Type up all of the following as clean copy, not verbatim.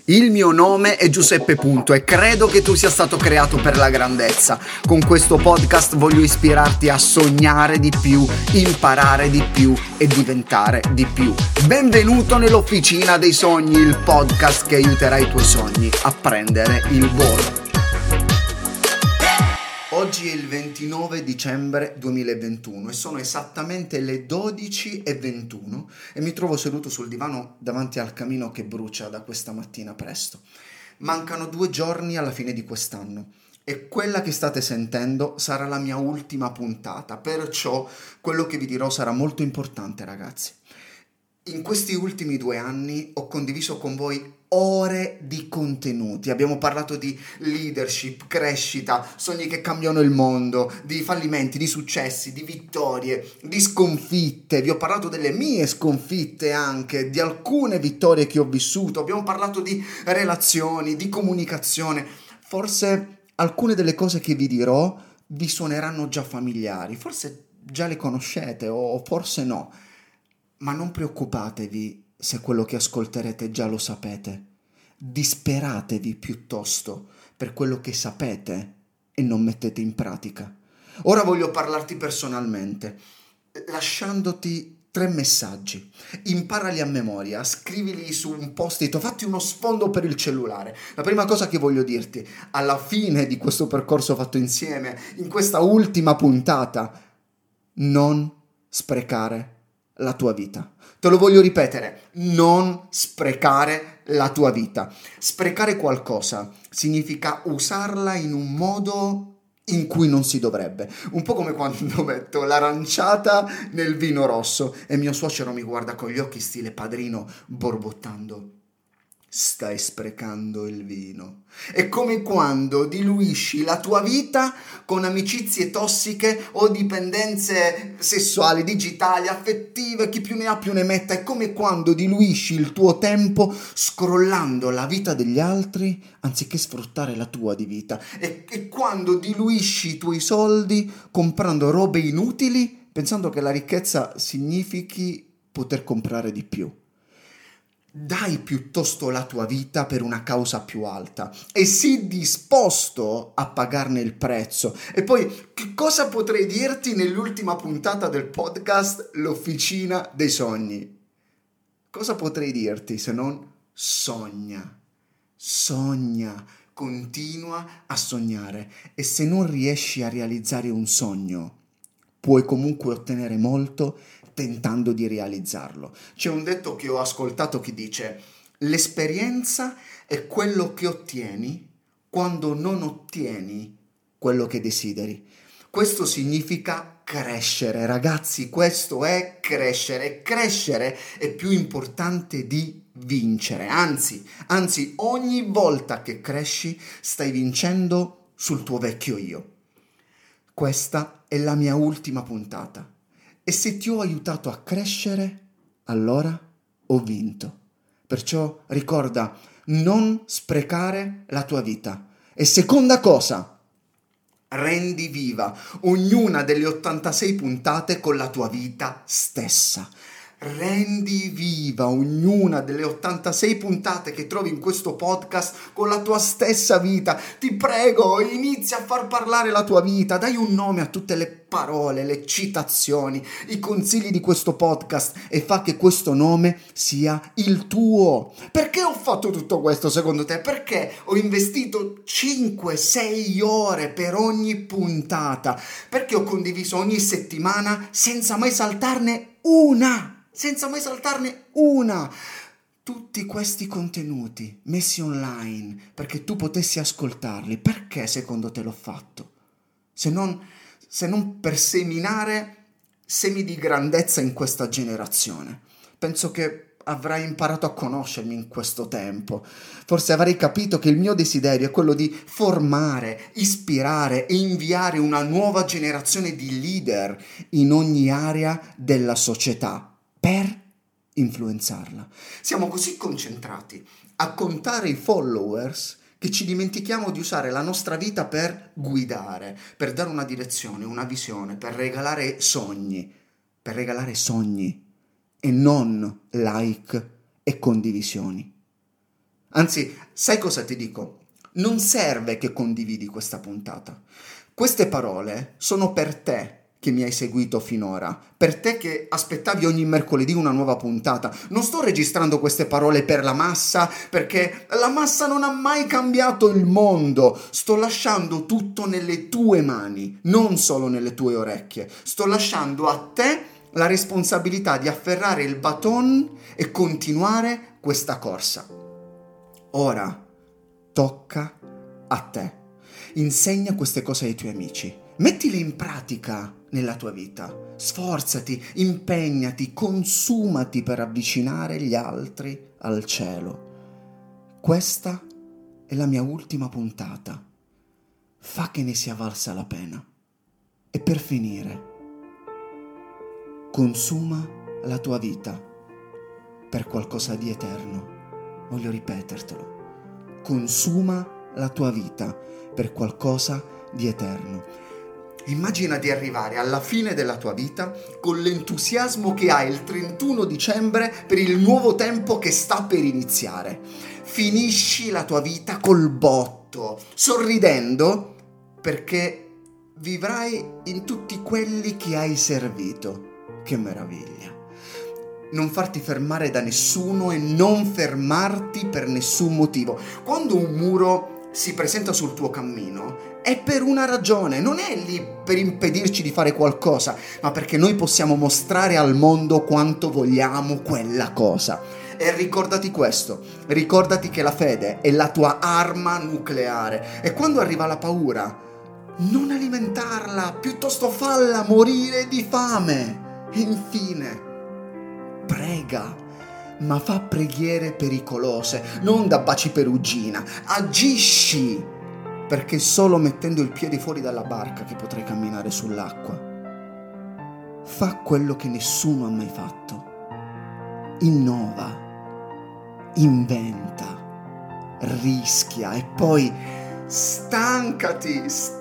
Il mio nome è Giuseppe Punto e credo che tu sia stato creato per la grandezza. Con questo podcast voglio ispirarti a sognare di più, imparare di più e diventare di più. Benvenuto nell'Officina dei Sogni, il podcast che aiuterà i tuoi sogni a prendere il volo. Oggi è il 29 dicembre 2021 e sono esattamente le 12:21 e mi trovo seduto sul divano davanti al camino che brucia da questa mattina presto. Mancano 2 giorni alla fine di quest'anno e quella che state sentendo sarà la mia ultima puntata, perciò quello che vi dirò sarà molto importante, ragazzi. In questi ultimi 2 anni ho condiviso con voi ore di contenuti, abbiamo parlato di leadership, crescita, sogni che cambiano il mondo, di fallimenti, di successi, di vittorie, di sconfitte, vi ho parlato delle mie sconfitte anche, di alcune vittorie che ho vissuto, abbiamo parlato di relazioni, di comunicazione, forse alcune delle cose che vi dirò vi suoneranno già familiari, forse già le conoscete o forse no. Ma non preoccupatevi se quello che ascolterete già lo sapete. Disperatevi piuttosto per quello che sapete e non mettete in pratica. Ora voglio parlarti personalmente, lasciandoti 3 messaggi. Imparali a memoria, scrivili su un post-it, fatti uno sfondo per il cellulare. La prima cosa che voglio dirti, alla fine di questo percorso fatto insieme, in questa ultima puntata, non sprecare la tua vita. Te lo voglio ripetere, non sprecare la tua vita. Sprecare qualcosa significa usarla in un modo in cui non si dovrebbe. Un po' come quando metto l'aranciata nel vino rosso e mio suocero mi guarda con gli occhi stile padrino borbottando. Stai sprecando il vino. È come quando diluisci la tua vita con amicizie tossiche o dipendenze sessuali, digitali, affettive, chi più ne ha più ne metta. È come quando diluisci il tuo tempo scrollando la vita degli altri anziché sfruttare la tua di vita. È quando diluisci i tuoi soldi comprando robe inutili pensando che la ricchezza significhi poter comprare di più. Dai piuttosto la tua vita per una causa più alta e sii disposto a pagarne il prezzo. E poi, che cosa potrei dirti nell'ultima puntata del podcast L'Officina dei Sogni? Cosa potrei dirti se non sogna? Sogna, continua a sognare e se non riesci a realizzare un sogno, puoi comunque ottenere molto tentando di realizzarlo. C'è un detto che ho ascoltato che dice: l'esperienza è quello che ottieni quando non ottieni quello che desideri. Questo significa crescere, ragazzi, questo è crescere. Crescere è più importante di vincere, anzi, ogni volta che cresci stai vincendo sul tuo vecchio io. Questa è la mia ultima puntata. E se ti ho aiutato a crescere, allora ho vinto. Perciò ricorda, non sprecare la tua vita. E seconda cosa, rendi viva ognuna delle 86 puntate con la tua vita stessa. Rendi viva ognuna delle 86 puntate che trovi in questo podcast con la tua stessa vita. Ti prego, inizia a far parlare la tua vita, dai un nome a tutte le parole, le citazioni, i consigli di questo podcast e fa che questo nome sia il tuo. Perché ho fatto tutto questo secondo te? Perché ho investito 5-6 ore per ogni puntata? Perché ho condiviso ogni settimana senza mai saltarne una? Tutti questi contenuti messi online perché tu potessi ascoltarli. Perché secondo te l'ho fatto? Se non per seminare semi di grandezza in questa generazione. Penso che avrai imparato a conoscermi in questo tempo. Forse avrai capito che il mio desiderio è quello di formare, ispirare e inviare una nuova generazione di leader in ogni area della società per influenzarla. Siamo così concentrati a contare i followers che ci dimentichiamo di usare la nostra vita per guidare, per dare una direzione, una visione, per regalare sogni e non like e condivisioni. Anzi, sai cosa ti dico? Non serve che condividi questa puntata. Queste parole sono per te che mi hai seguito finora, per te che aspettavi ogni mercoledì una nuova puntata. Non sto registrando queste parole per la massa, perché la massa non ha mai cambiato il mondo. Sto lasciando tutto nelle tue mani, non solo nelle tue orecchie. Sto lasciando a te la responsabilità di afferrare il baton e continuare questa corsa. Ora tocca a te. Insegna queste cose ai tuoi amici. Mettile in pratica nella tua vita. Sforzati, impegnati, consumati per avvicinare gli altri al cielo. Questa è la mia ultima puntata. Fa che ne sia valsa la pena. E per finire, consuma la tua vita per qualcosa di eterno. Voglio ripetertelo. Consuma la tua vita per qualcosa di eterno. Immagina di arrivare alla fine della tua vita con l'entusiasmo che hai il 31 dicembre per il nuovo tempo che sta per iniziare. Finisci la tua vita col botto, sorridendo, perché vivrai in tutti quelli che hai servito. Che meraviglia! Non farti fermare da nessuno e non fermarti per nessun motivo. Quando un muro si presenta sul tuo cammino è per una ragione, non è lì per impedirci di fare qualcosa, ma perché noi possiamo mostrare al mondo quanto vogliamo quella cosa. E ricordati questo, ricordati che la fede è la tua arma nucleare e quando arriva la paura, non alimentarla, piuttosto falla morire di fame. E infine, prega, ma fa preghiere pericolose, non da baci perugina. Agisci, perché è solo mettendo il piede fuori dalla barca che potrai camminare sull'acqua. Fa quello che nessuno ha mai fatto. Innova, inventa, rischia e poi stancati,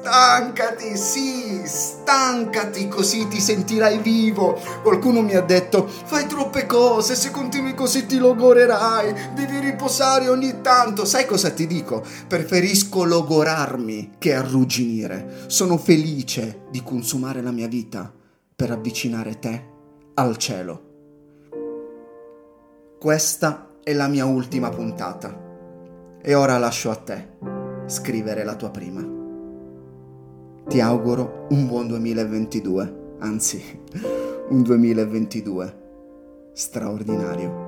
così ti sentirai vivo. Qualcuno mi ha detto: fai troppe cose, se continui così ti logorerai, devi riposare ogni tanto. Sai cosa ti dico? Preferisco logorarmi che arrugginire. Sono felice di consumare la mia vita per avvicinare te al cielo. Questa è la mia ultima puntata e ora lascio a te scrivere la tua prima. Ti auguro un buon 2022, anzi, un 2022 straordinario.